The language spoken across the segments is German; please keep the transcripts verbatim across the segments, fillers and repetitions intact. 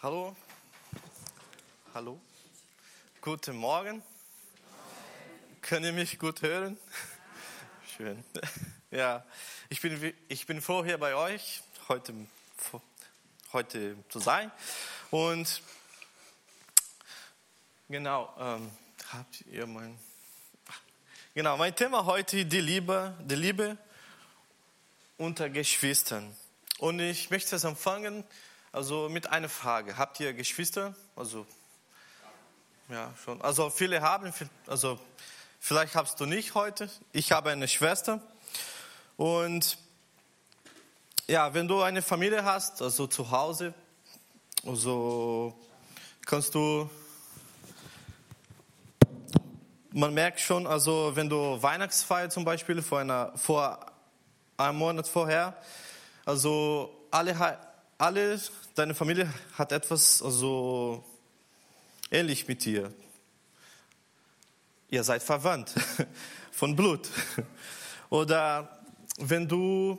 Hallo. Hallo. Guten Morgen. Könnt ihr mich gut hören? Schön. Ja, ich bin, ich bin froh, hier bei euch heute, heute zu sein. Und genau, ähm, habt ihr mein... Genau, mein Thema heute, die Liebe, die Liebe unter Geschwistern. Und ich möchte es anfangen, also mit einer Frage. Habt ihr Geschwister? Also, ja, schon. Also viele haben, also vielleicht hast du nicht heute. Ich habe eine Schwester. Und ja, wenn du eine Familie hast, also zu Hause, also kannst du, man merkt schon, also wenn du Weihnachtsfeier zum Beispiel vor einer, vor einem Monat vorher, also alle, alle, deine Familie hat etwas also ähnlich mit dir. Ihr seid verwandt von Blut. Oder wenn du,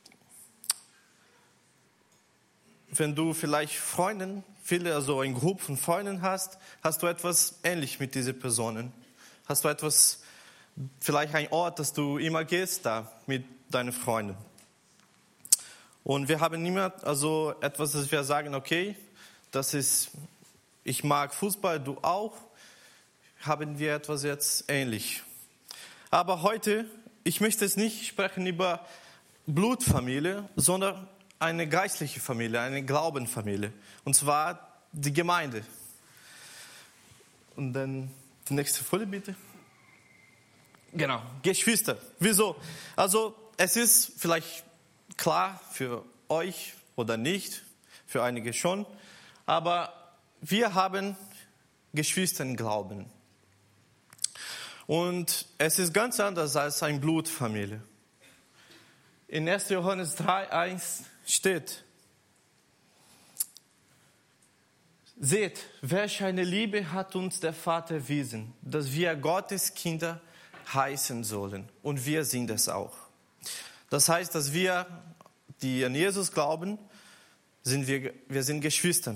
wenn du vielleicht Freunden, viele, also eine Gruppe von Freunden hast, hast du etwas ähnlich mit diesen Personen. Hast du etwas, vielleicht ein Ort, dass du immer gehst da mit deinen Freunden. Und wir haben niemand, also etwas, dass wir sagen, okay, das ist, ich mag Fußball, du auch, haben wir etwas jetzt ähnlich. Aber heute, ich möchte es nicht sprechen über Blutfamilie, sondern eine geistliche Familie, eine Glaubenfamilie. Und zwar die Gemeinde. Und dann die nächste Folie bitte. Genau, Geschwister. Wieso? Also es ist vielleicht klar für euch oder nicht, für einige schon, aber wir haben Geschwisterglauben. Und es ist ganz anders als eine Blutfamilie. In erster Johannes drei eins steht: Seht, welch eine Liebe hat uns der Vater erwiesen, dass wir Gottes Kinder heißen sollen. Und wir sind es auch. Das heißt, dass wir, die an Jesus glauben, sind wir, wir sind Geschwister.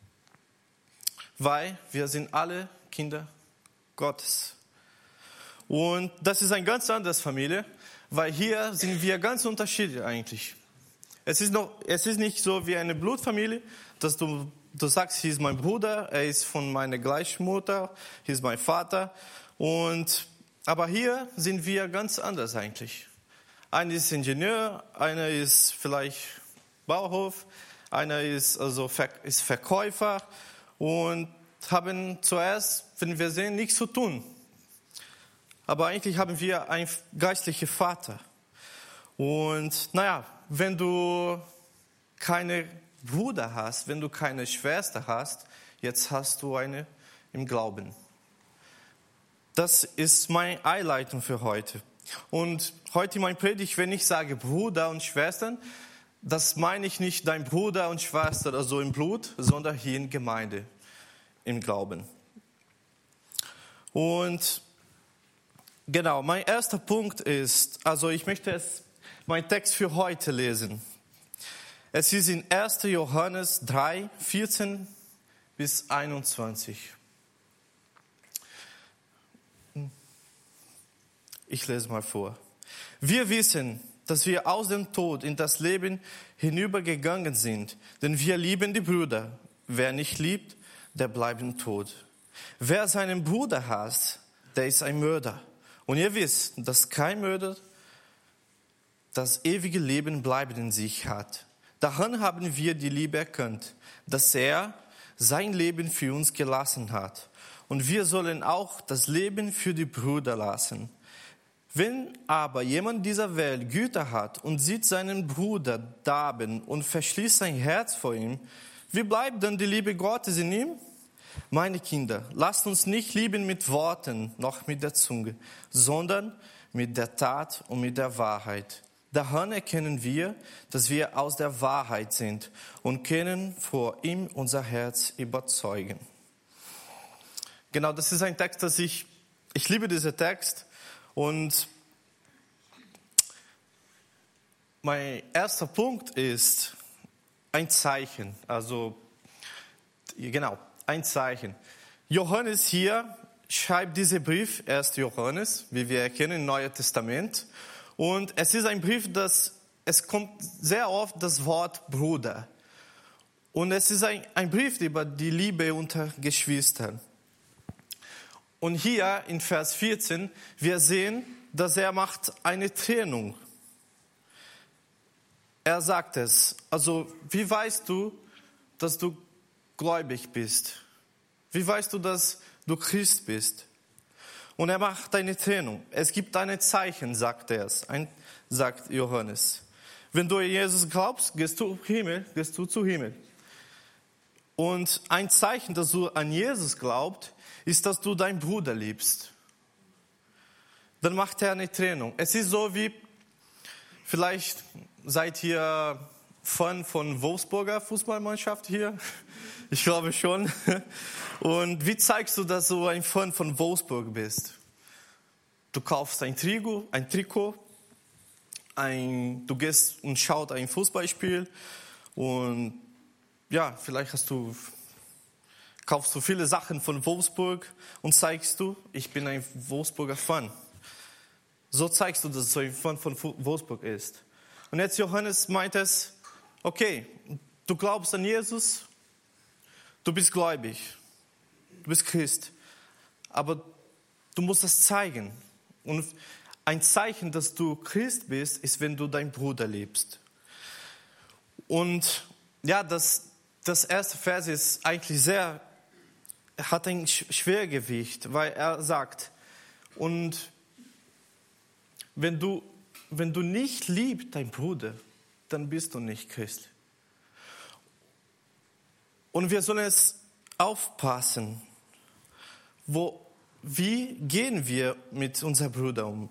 Weil wir sind alle Kinder Gottes. Und das ist eine ganz andere Familie, weil hier sind wir ganz unterschiedlich eigentlich. Es ist, noch, es ist nicht so wie eine Blutfamilie, dass du, du sagst, hier ist mein Bruder, er ist von meiner gleichen Mutter, hier ist mein Vater. Und, aber hier sind wir ganz anders eigentlich. Einer ist Ingenieur, einer ist vielleicht Bauhof, einer ist, also, ist Verkäufer und haben zuerst, wenn wir sehen, nichts zu tun. Aber eigentlich haben wir einen geistlichen Vater. Und naja, wenn du keine Bruder hast, wenn du keine Schwester hast, jetzt hast du eine im Glauben. Das ist meine Einleitung für heute. Und heute mein Predigt, wenn ich sage Bruder und Schwestern, das meine ich nicht dein Bruder und Schwester, also im Blut, sondern hier in Gemeinde, im Glauben. Und genau, mein erster Punkt ist, also ich möchte es, mein Text für heute lesen. Es ist in erster Johannes drei vierzehn bis einundzwanzig. Ich lese mal vor. Wir wissen, dass wir aus dem Tod in das Leben hinübergegangen sind, denn wir lieben die Brüder. Wer nicht liebt, der bleibt im Tod. Wer seinen Bruder hasst, der ist ein Mörder. Und ihr wisst, dass kein Mörder das ewige Leben bleiben in sich hat. Daran haben wir die Liebe erkannt, dass er sein Leben für uns gelassen hat. Und wir sollen auch das Leben für die Brüder lassen. Wenn aber jemand dieser Welt Güter hat und sieht seinen Bruder darben und verschließt sein Herz vor ihm, wie bleibt dann die Liebe Gottes in ihm? Meine Kinder, lasst uns nicht lieben mit Worten noch mit der Zunge, sondern mit der Tat und mit der Wahrheit. Daran erkennen wir, dass wir aus der Wahrheit sind und können vor ihm unser Herz überzeugen. Genau, das ist ein Text, das ich, ich liebe diesen Text. Und mein erster Punkt ist ein Zeichen. Also genau, ein Zeichen. Johannes hier schreibt diesen Brief, erster Johannes, wie wir erkennen im Neuen Testament. Und es ist ein Brief, das, es kommt sehr oft das Wort Bruder. Und es ist ein, ein Brief über die Liebe unter Geschwistern. Und hier in Vers vierzehn, wir sehen, dass er macht eine Trennung. Er sagt es, also wie weißt du, dass du gläubig bist? Wie weißt du, dass du Christ bist? Und er macht eine Trennung. Es gibt ein Zeichen, sagt er es, ein, sagt Johannes. Wenn du an Jesus glaubst, gehst du Himmel, gehst du zu Himmel. Und ein Zeichen, dass du an Jesus glaubst, ist, dass du deinen Bruder liebst. Dann macht er eine Trennung. Es ist so wie, vielleicht seid ihr Fan von Wolfsburger Fußballmannschaft hier? Ich glaube schon. Und wie zeigst du, dass du ein Fan von Wolfsburg bist? Du kaufst ein Trikot, ein Trikot, ein, du gehst und schaust ein Fußballspiel und ja, vielleicht hast du, kaufst du viele Sachen von Wolfsburg und zeigst du, ich bin ein Wolfsburger Fan. So zeigst du, dass du ein Fan von Wolfsburg ist. Und jetzt Johannes meint es, okay, du glaubst an Jesus, du bist gläubig, du bist Christ, aber du musst das zeigen. Und ein Zeichen, dass du Christ bist, ist, wenn du deinen Bruder liebst. Und ja, das, das erste Vers ist eigentlich sehr, hat ein Schwergewicht, weil er sagt, und wenn du, wenn du nicht liebst deinen Bruder, dann bist du nicht Christ. Und wir sollen es aufpassen, wo, wie gehen wir mit unserem Bruder um?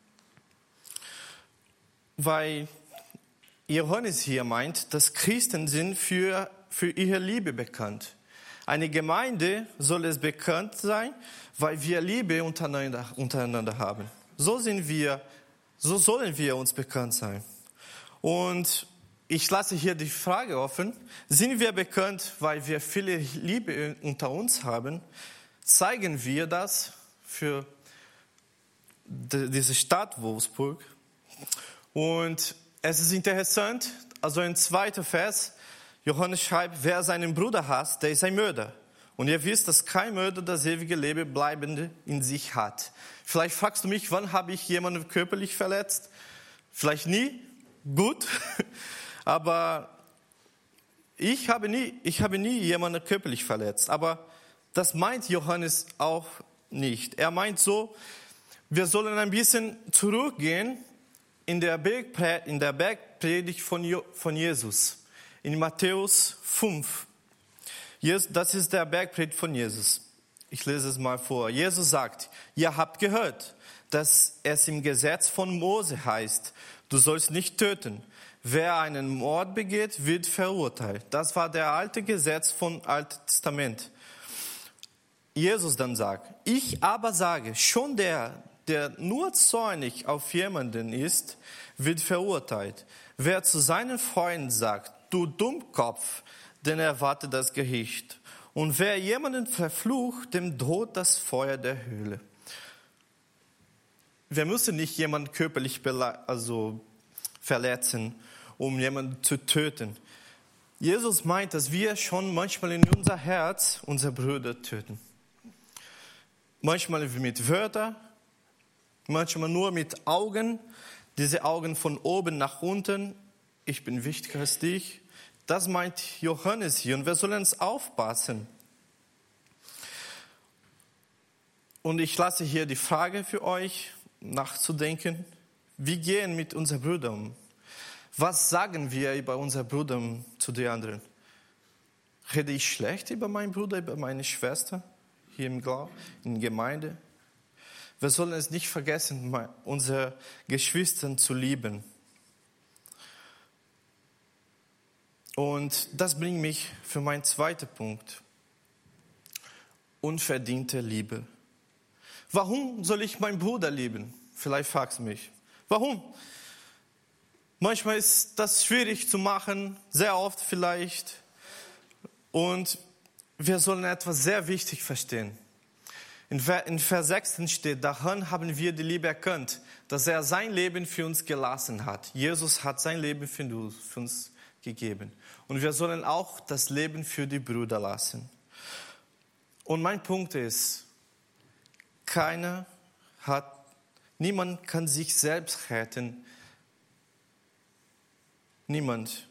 Weil Johannes hier meint, dass Christen sind für, für ihre Liebe bekannt. Eine Gemeinde soll es bekannt sein, weil wir Liebe untereinander, untereinander haben. So sind wir, so sollen wir uns bekannt sein. Und ich lasse hier die Frage offen, sind wir bekannt, weil wir viele Liebe unter uns haben? Zeigen wir das für diese Stadt Wolfsburg? Und es ist interessant, also im zweiten Vers, Johannes schreibt, wer seinen Bruder hasst, der ist ein Mörder. Und ihr wisst, dass kein Mörder das ewige Leben bleibende in sich hat. Vielleicht fragst du mich, wann habe ich jemanden körperlich verletzt? Vielleicht nie, gut, aber ich habe nie, ich habe nie jemanden körperlich verletzt. Aber das meint Johannes auch nicht. Er meint so, wir sollen ein bisschen zurückgehen in der Bergpredigt, in der Bergpredigt von, von Jesus, in Matthäus fünf. Das ist der Bergpredigt von Jesus. Ich lese es mal vor. Jesus sagt, ihr habt gehört, dass es im Gesetz von Mose heißt, du sollst nicht töten. Wer einen Mord begeht, wird verurteilt. Das war der alte Gesetz vom Alten Testament. Jesus dann sagt, ich aber sage, schon der, der nur zornig auf jemanden ist, wird verurteilt. Wer zu seinen Freunden sagt, du Dummkopf, denn er erwartet das Gericht. Und wer jemanden verflucht, dem droht das Feuer der Hölle. Wir müssen nicht jemanden körperlich also verletzen, um jemanden zu töten. Jesus meint, dass wir schon manchmal in unser Herz unsere Brüder töten. Manchmal mit Wörtern, manchmal nur mit Augen. Diese Augen von oben nach unten. Ich bin wichtiger als dich. Das meint Johannes hier und wir sollen uns aufpassen. Und ich lasse hier die Frage für euch nachzudenken. Wie gehen wir mit unseren Brüdern um? Was sagen wir über unsere Brüder zu den anderen? Rede ich schlecht über meinen Bruder, über meine Schwester hier im Glauben, in der Gemeinde? Wir sollen es nicht vergessen, unsere Geschwister zu lieben. Und das bringt mich für meinen zweiten Punkt. Unverdiente Liebe. Warum soll ich meinen Bruder lieben? Vielleicht fragst du mich. Warum? Manchmal ist das schwierig zu machen, sehr oft vielleicht. Und wir sollen etwas sehr wichtig verstehen. In Vers sechs steht, daran haben wir die Liebe erkannt, dass er sein Leben für uns gelassen hat. Jesus hat sein Leben für uns gegeben. Und wir sollen auch das Leben für die Brüder lassen. Und mein Punkt ist, keiner hat, niemand kann sich selbst retten. Niemand.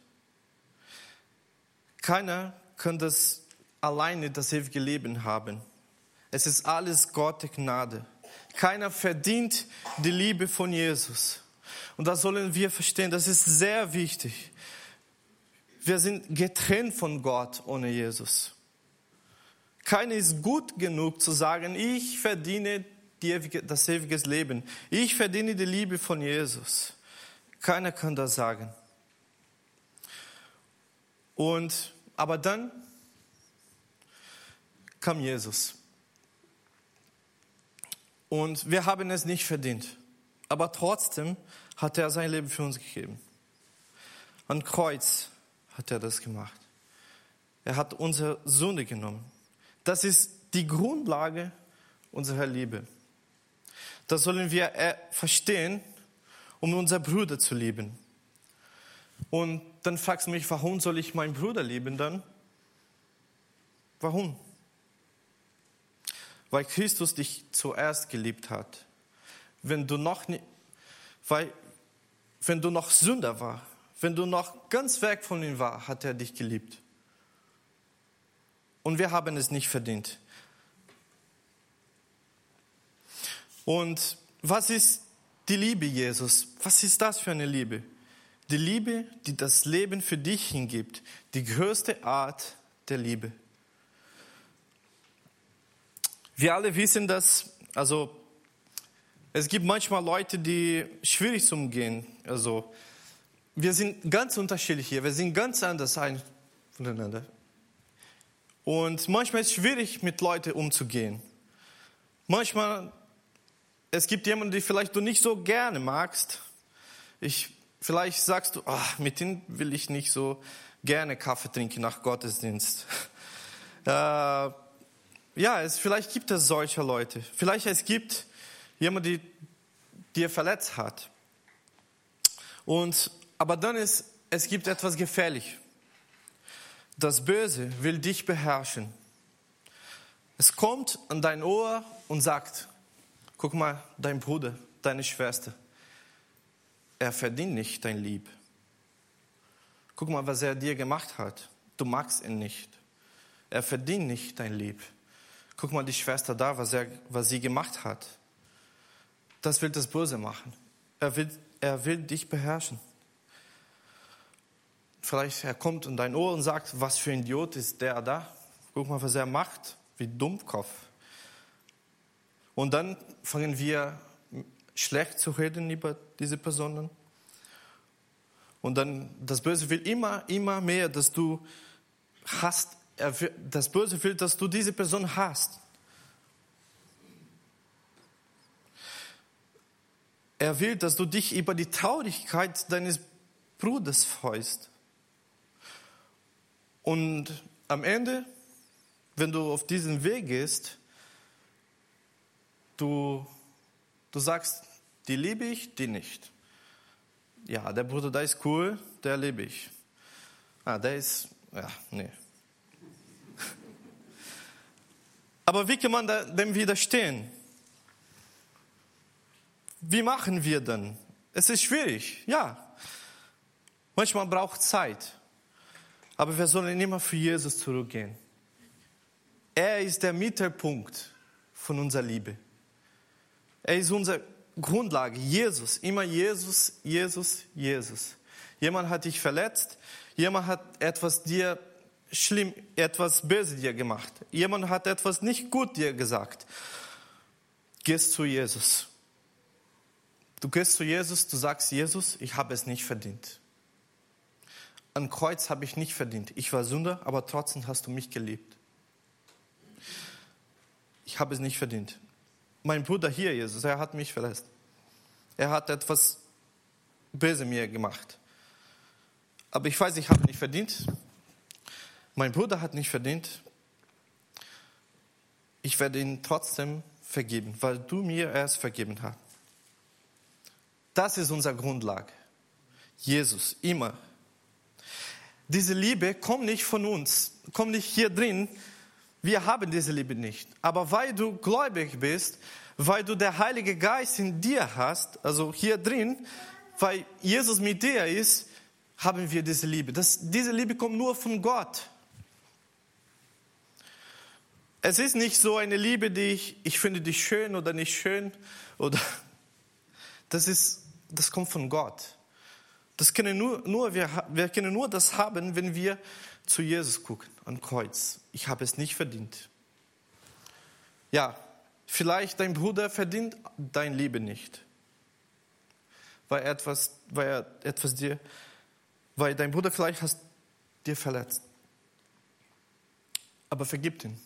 Keiner kann das alleine das ewige Leben haben. Es ist alles Gottes Gnade. Keiner verdient die Liebe von Jesus. Und das sollen wir verstehen. Das ist sehr wichtig. Wir sind getrennt von Gott ohne Jesus. Keiner ist gut genug zu sagen, ich verdiene die ewige, das ewige Leben. Ich verdiene die Liebe von Jesus. Keiner kann das sagen. Und, aber dann kam Jesus. Und wir haben es nicht verdient. Aber trotzdem hat er sein Leben für uns gegeben. Am Kreuz hat er das gemacht. Er hat unsere Sünde genommen. Das ist die Grundlage unserer Liebe. Das sollen wir verstehen, um unsere Brüder zu lieben. Und dann fragst du mich, warum soll ich meinen Bruder lieben dann? Warum? Weil Christus dich zuerst geliebt hat. Wenn du noch nicht, weil, wenn du noch Sünder war, wenn du noch ganz weg von ihm war, hat er dich geliebt. Und wir haben es nicht verdient. Und was ist die Liebe Jesus? Was ist das für eine Liebe? Die Liebe, die das Leben für dich hingibt. Die größte Art der Liebe. Wir alle wissen, dass, also, es gibt manchmal Leute, die schwierig zu umgehen. Also, wir sind ganz unterschiedlich hier. Wir sind ganz anders voneinander. Und manchmal ist es schwierig, mit Leuten umzugehen. Manchmal, es gibt jemanden, den vielleicht du nicht so gerne magst. Ich, vielleicht sagst du, ach, mit dem will ich nicht so gerne Kaffee trinken nach Gottesdienst. äh, ja, es, vielleicht gibt es solche Leute. Vielleicht es gibt jemanden, der dir verletzt hat. Und, aber dann ist, es gibt etwas gefährlich. Das Böse will dich beherrschen. Es kommt an dein Ohr und sagt, guck mal, dein Bruder, deine Schwester, er verdient nicht dein Lieb. Guck mal, was er dir gemacht hat. Du magst ihn nicht. Er verdient nicht dein Lieb. Guck mal, die Schwester da, was, er, was sie gemacht hat. Das will das Böse machen. Er will, er will dich beherrschen. Vielleicht er kommt in dein Ohr und sagt, was für ein Idiot ist der da. Guck mal, was er macht. Wie Dummkopf. Und dann fangen wir schlecht zu reden über diese Personen. Und dann, das Böse will immer, immer mehr, dass du hast. Das Böse will, dass du diese Person hast. Er will, dass du dich über die Traurigkeit deines Bruders freust. Und am Ende, wenn du auf diesen Weg gehst, du, du sagst, die liebe ich, die nicht. Ja, der Bruder, der ist cool, der liebe ich. Ah, der ist, ja, nee. Aber wie kann man dem widerstehen? Wie machen wir denn? Es ist schwierig, ja. Manchmal braucht es Zeit. Aber wir sollen immer für Jesus zurückgehen. Er ist der Mittelpunkt von unserer Liebe. Er ist unsere Grundlage. Jesus, immer Jesus, Jesus, Jesus. Jemand hat dich verletzt. Jemand hat etwas dir schlimm, etwas böse dir gemacht. Jemand hat etwas nicht gut dir gesagt. Gehst zu Jesus. Du gehst zu Jesus, du sagst, Jesus, ich habe es nicht verdient. Ein Kreuz habe ich nicht verdient. Ich war Sünder, aber trotzdem hast du mich geliebt. Ich habe es nicht verdient. Mein Bruder hier, Jesus, er hat mich verletzt. Er hat etwas Böses mir gemacht. Aber ich weiß, ich habe nicht verdient. Mein Bruder hat nicht verdient. ich werde ihn trotzdem vergeben, weil du mir erst vergeben hast. Das ist unsere Grundlage. Jesus, immer. Diese Liebe kommt nicht von uns, kommt nicht hier drin. Wir haben diese Liebe nicht. Aber weil du gläubig bist, weil du der Heilige Geist in dir hast, also hier drin, weil Jesus mit dir ist, haben wir diese Liebe. Das, diese Liebe kommt nur von Gott. Es ist nicht so eine Liebe, die ich, ich finde dich schön oder nicht schön. Oder das, ist, das kommt von Gott. Das können nur, nur, wir, wir können nur das haben, wenn wir zu Jesus gucken, am Kreuz. Ich habe es nicht verdient. Ja, vielleicht dein Bruder verdient deine Liebe nicht. Weil, etwas, weil er etwas dir, weil dein Bruder vielleicht hast dir verletzt. Aber vergib ihn.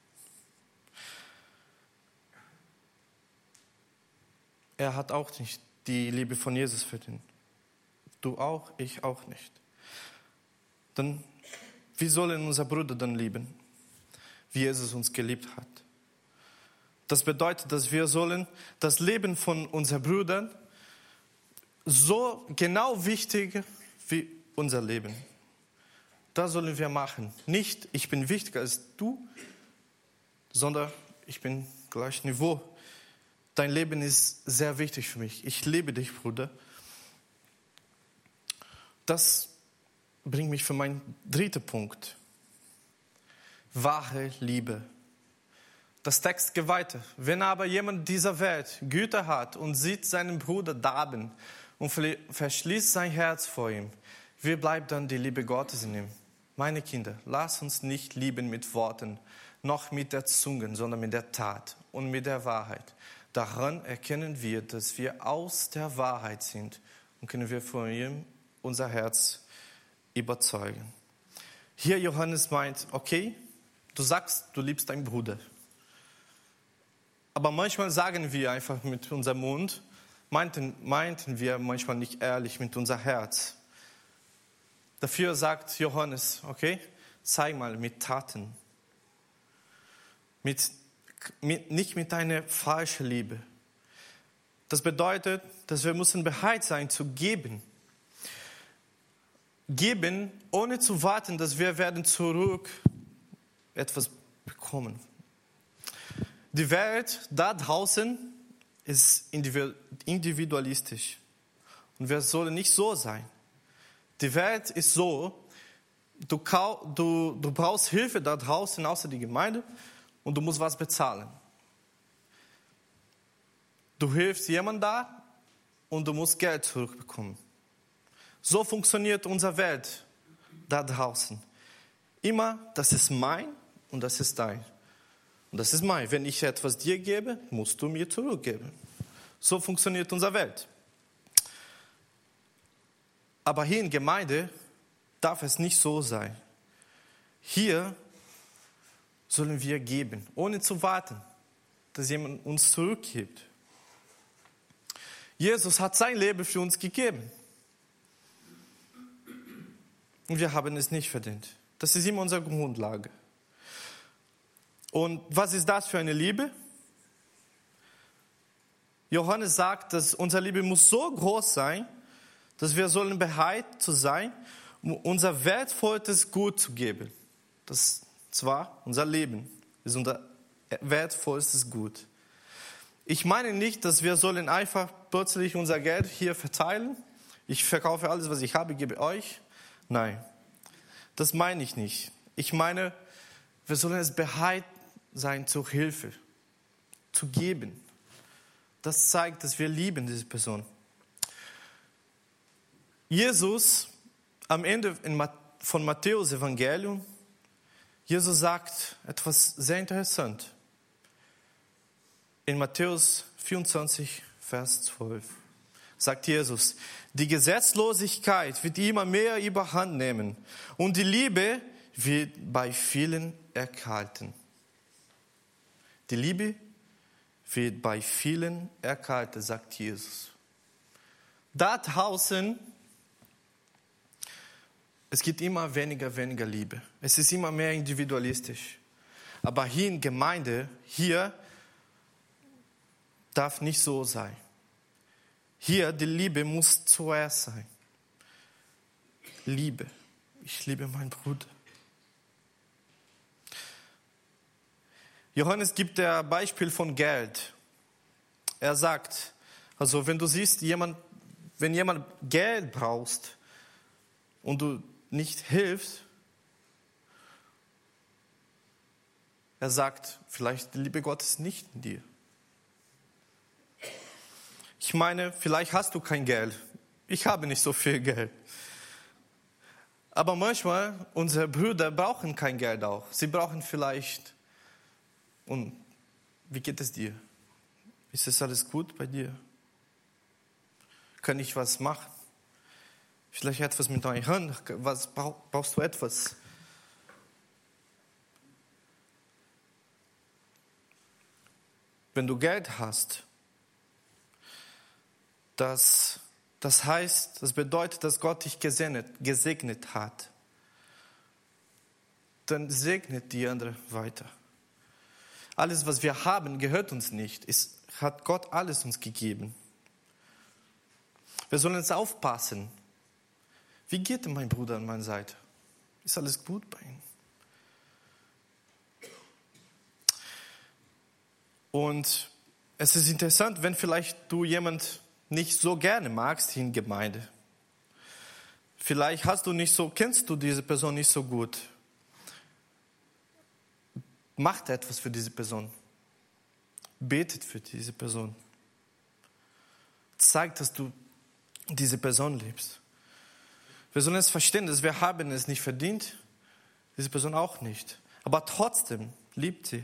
Er hat auch nicht die Liebe von Jesus verdient. Du auch, ich auch nicht. Dann, wie sollen unser Bruder dann lieben, wie Jesus uns geliebt hat? Das bedeutet, dass wir sollen das Leben von unseren Brüdern so genau wichtig wie unser Leben. Das sollen wir machen. Nicht, ich bin wichtiger als du, sondern ich bin gleich Niveau. Dein Leben ist sehr wichtig für mich. Ich liebe dich, Bruder. Das bringt mich für meinen dritten Punkt. Wahre Liebe. Das Text geht weiter. Wenn aber jemand dieser Welt Güter hat und sieht seinen Bruder darben und verschließt sein Herz vor ihm, wie bleibt dann die Liebe Gottes in ihm? Meine Kinder, lasst uns nicht lieben mit Worten, noch mit der Zunge, sondern mit der Tat und mit der Wahrheit. Daran erkennen wir, dass wir aus der Wahrheit sind und können wir von ihm unser Herz überzeugen. Hier Johannes meint, okay, du sagst, du liebst deinen Bruder. Aber manchmal sagen wir einfach mit unserem Mund, meinten, meinten wir manchmal nicht ehrlich mit unserem Herz. Dafür sagt Johannes, okay, zeig mal mit Taten. Mit, mit, nicht mit einer falschen Liebe. Das bedeutet, dass wir müssen bereit sein zu geben. Geben, ohne zu warten, dass wir werden zurück etwas bekommen. Die Welt da draußen ist individualistisch. Und wir sollen nicht so sein. Die Welt ist so, du, du, du brauchst Hilfe da draußen, außer die Gemeinde, und du musst was bezahlen. Du hilfst jemandem da und du musst Geld zurückbekommen. So funktioniert unsere Welt da draußen. Immer, das ist mein und das ist dein. Und das ist mein. Wenn ich etwas dir gebe, musst du mir zurückgeben. So funktioniert unsere Welt. Aber hier in Gemeinde darf es nicht so sein. Hier sollen wir geben, ohne zu warten, dass jemand uns zurückgibt. Jesus hat sein Leben für uns gegeben. Und wir haben es nicht verdient. Das ist immer unsere Grundlage. Und was ist das für eine Liebe? Johannes sagt, dass unsere Liebe muss so groß sein, dass wir sollen bereit zu sein, um unser wertvollstes Gut zu geben. Das zwar unser Leben ist unser wertvollstes Gut. Ich meine nicht, dass wir sollen einfach plötzlich unser Geld hier verteilen. Ich verkaufe alles, was ich habe, gebe euch. Nein, das meine ich nicht. Ich meine, wir sollen es bereit sein zur Hilfe, zu geben. Das zeigt, dass wir lieben diese Person. Jesus, am Ende von Matthäus Evangelium, Jesus sagt etwas sehr interessant. In Matthäus vierundzwanzig, Vers zwölf, sagt Jesus, die Gesetzlosigkeit wird immer mehr überhand nehmen und die Liebe wird bei vielen erkalten. Die Liebe wird bei vielen erkalten, sagt Jesus. Da draußen, es gibt immer weniger, weniger Liebe. Es ist immer mehr individualistisch. Aber hier in Gemeinde, hier darf nicht so sein. Hier, die Liebe muss zuerst sein. Liebe. Ich liebe meinen Bruder. Johannes gibt ein Beispiel von Geld. Er sagt, also wenn du siehst, jemand, wenn jemand Geld brauchst und du nicht hilfst, er sagt, vielleicht die Liebe Gottes nicht in dir. Ich meine, vielleicht hast du kein Geld. Ich habe nicht so viel Geld. Aber manchmal, unsere Brüder brauchen kein Geld auch. Sie brauchen vielleicht, und wie geht es dir? Ist es alles gut bei dir? Kann ich was machen? Vielleicht etwas mit deinen Händen? Was brauchst du etwas? Wenn du Geld hast, das, das heißt, das bedeutet, dass Gott dich gesegnet, gesegnet hat. Dann segnet die andere weiter. Alles, was wir haben, gehört uns nicht. Es hat Gott alles uns gegeben. Wir sollen jetzt aufpassen. Wie geht denn mein Bruder an meiner Seite? Ist alles gut bei ihm? Und es ist interessant, wenn vielleicht du jemand nicht so gerne magst in Gemeinde. Vielleicht hast du nicht so, kennst du diese Person nicht so gut. Macht etwas für diese Person. Betet für diese Person. Zeigt, dass du diese Person liebst. Wir sollen es verstehen, dass wir haben es nicht verdient, diese Person auch nicht. Aber trotzdem liebt sie.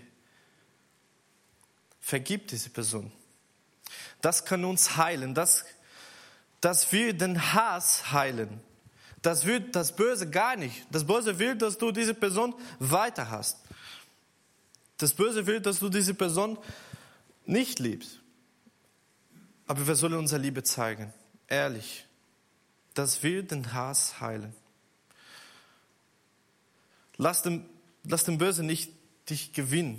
Vergib diese Person. Das kann uns heilen. Das, das will den Hass heilen. Das will das Böse gar nicht. Das Böse will, dass du diese Person weiter hast. Das Böse will, dass du diese Person nicht liebst. Aber wir sollen unsere Liebe zeigen. Ehrlich. Das will den Hass heilen. Lass den, lass den Böse nicht dich gewinnen.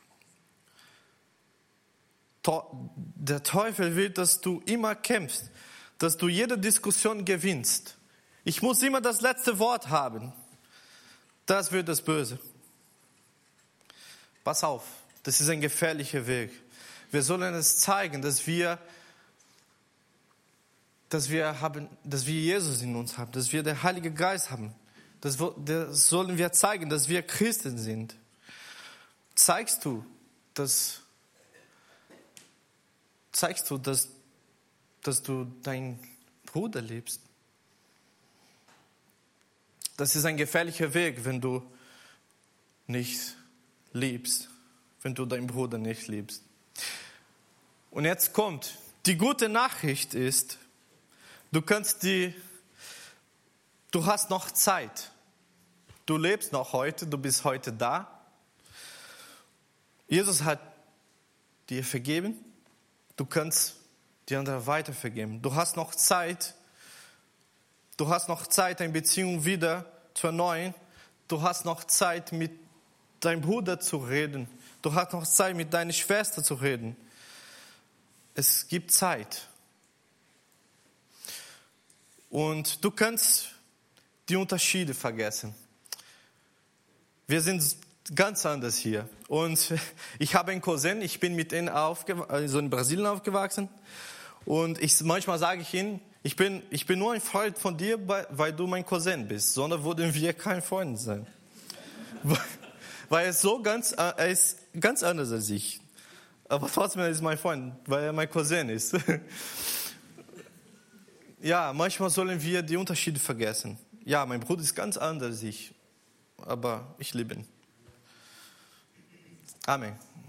Der Teufel will, dass du immer kämpfst, dass du jede Diskussion gewinnst. Ich muss immer das letzte Wort haben. Das wird das Böse. Pass auf, das ist ein gefährlicher Weg. Wir sollen es zeigen, dass wir, dass wir haben, dass wir Jesus in uns haben, dass wir den Heiligen Geist haben. Das, das sollen wir zeigen, dass wir Christen sind. Zeigst du, dass Zeigst du, dass, dass du deinen Bruder liebst? Das ist ein gefährlicher Weg, wenn du nicht liebst, wenn du deinen Bruder nicht liebst. Und jetzt kommt, die gute Nachricht ist, du kannst die, du hast noch Zeit. Du lebst noch heute, du bist heute da. Jesus hat dir vergeben. Du kannst die anderen weiter vergeben. Du hast noch Zeit. Du hast noch Zeit, eine Beziehung wieder zu erneuern. Du hast noch Zeit, mit deinem Bruder zu reden. Du hast noch Zeit, mit deiner Schwester zu reden. Es gibt Zeit. Und du kannst die Unterschiede vergessen. Wir sind ganz anders hier. Und ich habe einen Cousin, ich bin mit ihm aufgew- also in Brasilien aufgewachsen. Und ich, manchmal sage ich ihm, ich bin, ich bin nur ein Freund von dir, weil du mein Cousin bist. Sondern würden wir kein Freund sein. Weil er ist so ganz, er ist ganz anders als ich. Aber trotzdem ist er mein Freund, weil er mein Cousin ist. Ja, manchmal sollen wir die Unterschiede vergessen. Ja, mein Bruder ist ganz anders als ich. Aber ich liebe ihn. Amen.